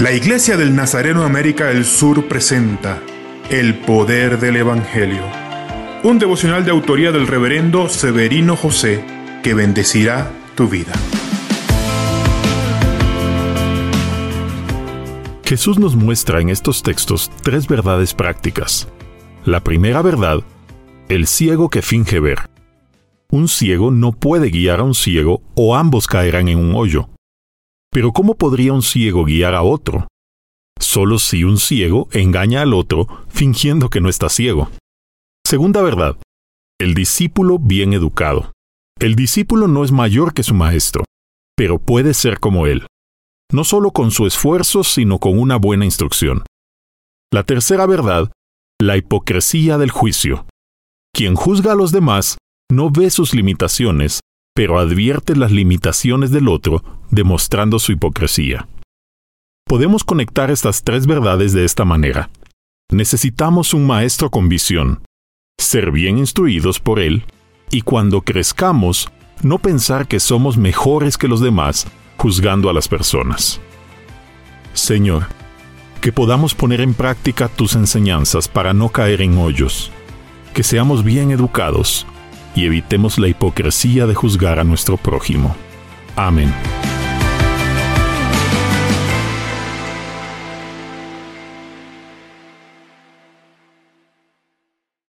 La Iglesia del Nazareno América del Sur presenta El Poder del Evangelio, un devocional de autoría del reverendo Severino José que bendecirá tu vida. Jesús nos muestra en estos textos tres verdades prácticas. La primera verdad, el ciego que finge ver. Un ciego no puede guiar a un ciego o ambos caerán en un hoyo. Pero ¿cómo podría un ciego guiar a otro? Solo si un ciego engaña al otro fingiendo que no está ciego. Segunda verdad, el discípulo bien educado. El discípulo no es mayor que su maestro, pero puede ser como él. No solo con su esfuerzo, sino con una buena instrucción. La tercera verdad, la hipocresía del juicio. Quien juzga a los demás no ve sus limitaciones, pero advierte las limitaciones del otro, demostrando su hipocresía. Podemos conectar estas tres verdades de esta manera. Necesitamos un maestro con visión, ser bien instruidos por él, y cuando crezcamos, no pensar que somos mejores que los demás, juzgando a las personas. Señor, que podamos poner en práctica tus enseñanzas para no caer en hoyos, que seamos bien educados y evitemos la hipocresía de juzgar a nuestro prójimo. Amén.